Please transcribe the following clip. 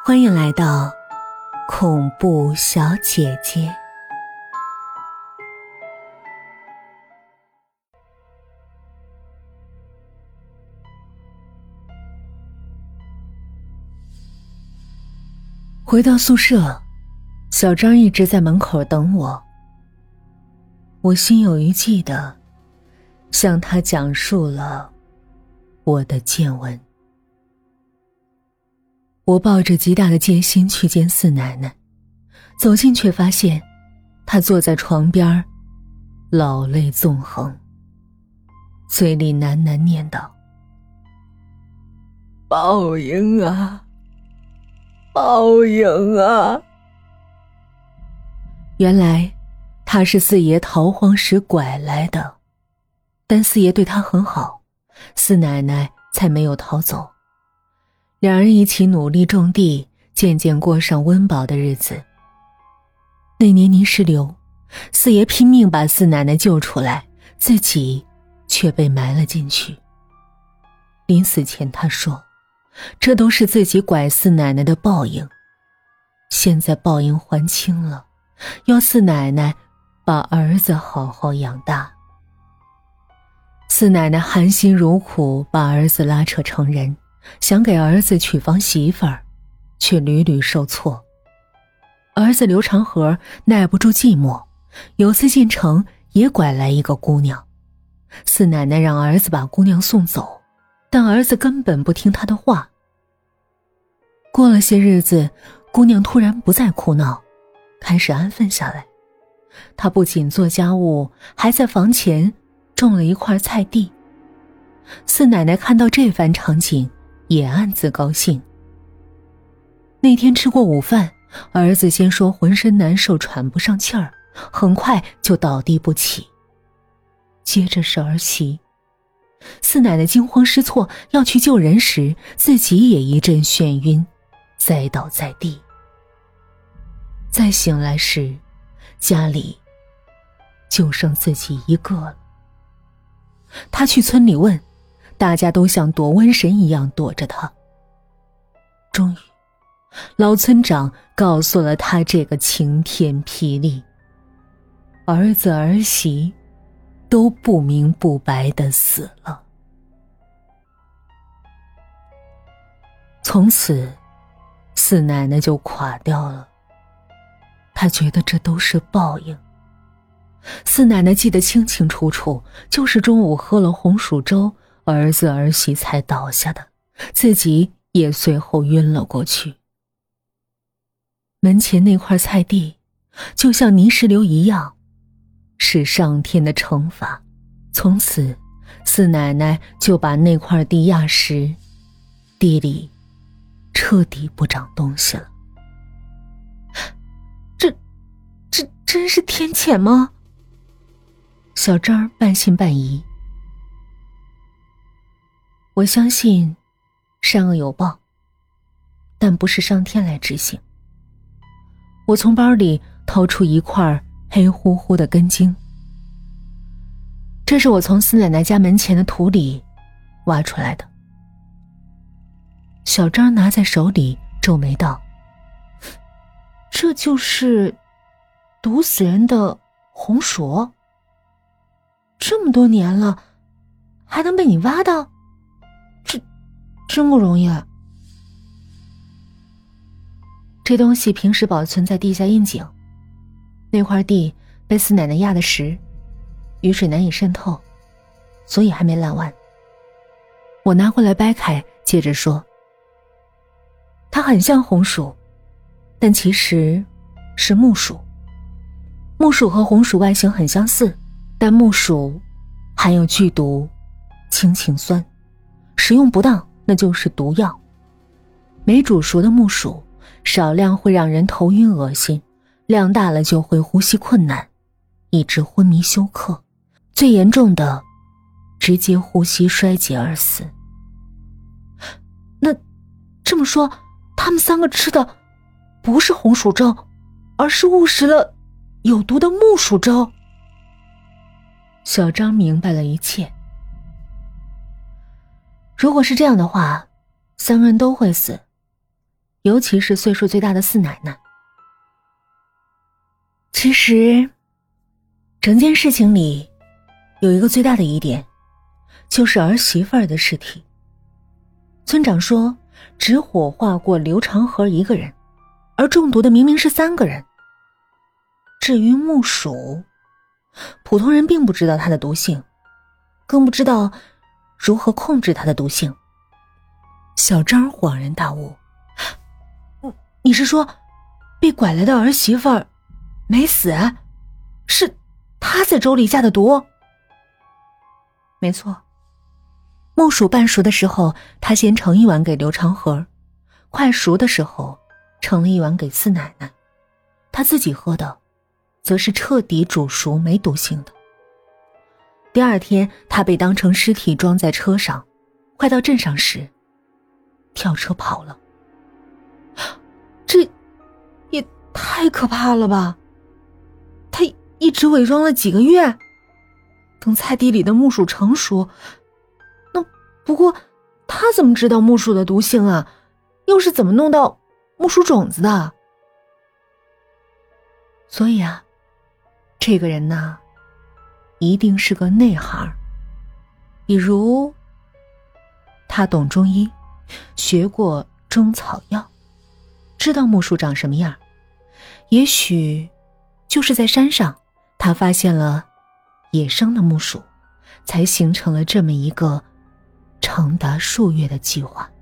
欢迎来到恐怖小姐姐。回到宿舍，小张一直在门口等我。我心有余悸地向他讲述了我的见闻。我抱着极大的戒心去见四奶奶，走近却发现她坐在床边，老泪纵横，嘴里喃喃念叨：报应啊，报应啊。原来他是四爷逃荒时拐来的，但四爷对他很好，四奶奶才没有逃走。两人一起努力种地，渐渐过上温饱的日子。那年泥石流，四爷拼命把四奶奶救出来，自己却被埋了进去。临死前他说，这都是自己拐四奶奶的报应。现在报应还清了，要四奶奶把儿子好好养大。四奶奶含辛茹苦把儿子拉扯成人，想给儿子娶房媳妇儿，却屡屡受挫。儿子刘长河耐不住寂寞，有次进城也拐来一个姑娘。四奶奶让儿子把姑娘送走，但儿子根本不听她的话。过了些日子，姑娘突然不再哭闹，开始安分下来。她不仅做家务，还在房前种了一块菜地。四奶奶看到这番场景，也暗自高兴。那天吃过午饭，儿子先说浑身难受，喘不上气儿，很快就倒地不起。接着是儿媳，四奶奶惊慌失措要去救人时，自己也一阵眩晕，栽倒在地。再醒来时，家里就剩自己一个了。他去村里问，大家都像躲瘟神一样躲着他。终于，老村长告诉了他这个晴天霹雳：儿子儿媳都不明不白地死了。从此，四奶奶就垮掉了。她觉得这都是报应。四奶奶记得清清楚楚，就是中午喝了红薯粥，儿子儿媳才倒下的，自己也随后晕了过去。门前那块菜地就像泥石流一样，是上天的惩罚。从此，四奶奶就把那块地压实，地里彻底不长东西了。这真是天谴吗？小张半信半疑。我相信善恶有报，但不是上天来执行。我从包里掏出一块黑乎乎的根茎，这是我从四奶奶家门前的土里挖出来的。小张拿在手里皱眉道：这就是毒死人的红薯？这么多年了，还能被你挖到？这真不容易。这东西平时保存在地下阴井，那块地被四奶奶压的实，雨水难以渗透，所以还没烂完。我拿过来掰开，接着说：它很像红薯，但其实是木薯。木薯和红薯外形很相似，但木薯含有剧毒氢氰酸，食用不当那就是毒药。没煮熟的木薯少量会让人头晕恶心，量大了就会呼吸困难，以致昏迷休克，最严重的直接呼吸衰竭而死。那这么说，他们三个吃的不是红薯粥，而是误食了有毒的木薯粥。小张明白了一切。如果是这样的话，三个人都会死， 尤其是岁数最大的四奶奶。其实整件事情里有一个最大的疑点，就是儿媳妇儿的尸体。村长说只火化过刘长河一个人，而中毒的明明是3个人。至于木薯，普通人并不知道它的毒性，更不知道如何控制它的毒性。小张恍然大悟，你是说被拐来的儿媳妇儿没死，是他在粥里下的毒？没错，木薯半熟的时候，他先盛1碗给刘长河，快熟的时候盛了1碗给四奶奶，他自己喝的则是彻底煮熟没毒性的。第2天，他被当成尸体装在车上，快到镇上时跳车跑了。这也太可怕了吧，他一直伪装了几个月，等菜地里的木薯成熟，那不过他怎么知道木薯的毒性啊？又是怎么弄到木薯种子的？所以啊，这个人呢，一定是个内行。比如他懂中医，学过中草药，知道木薯长什么样。也许就是在山上他发现了野生的木薯，才形成了这么一个长达数月的计划。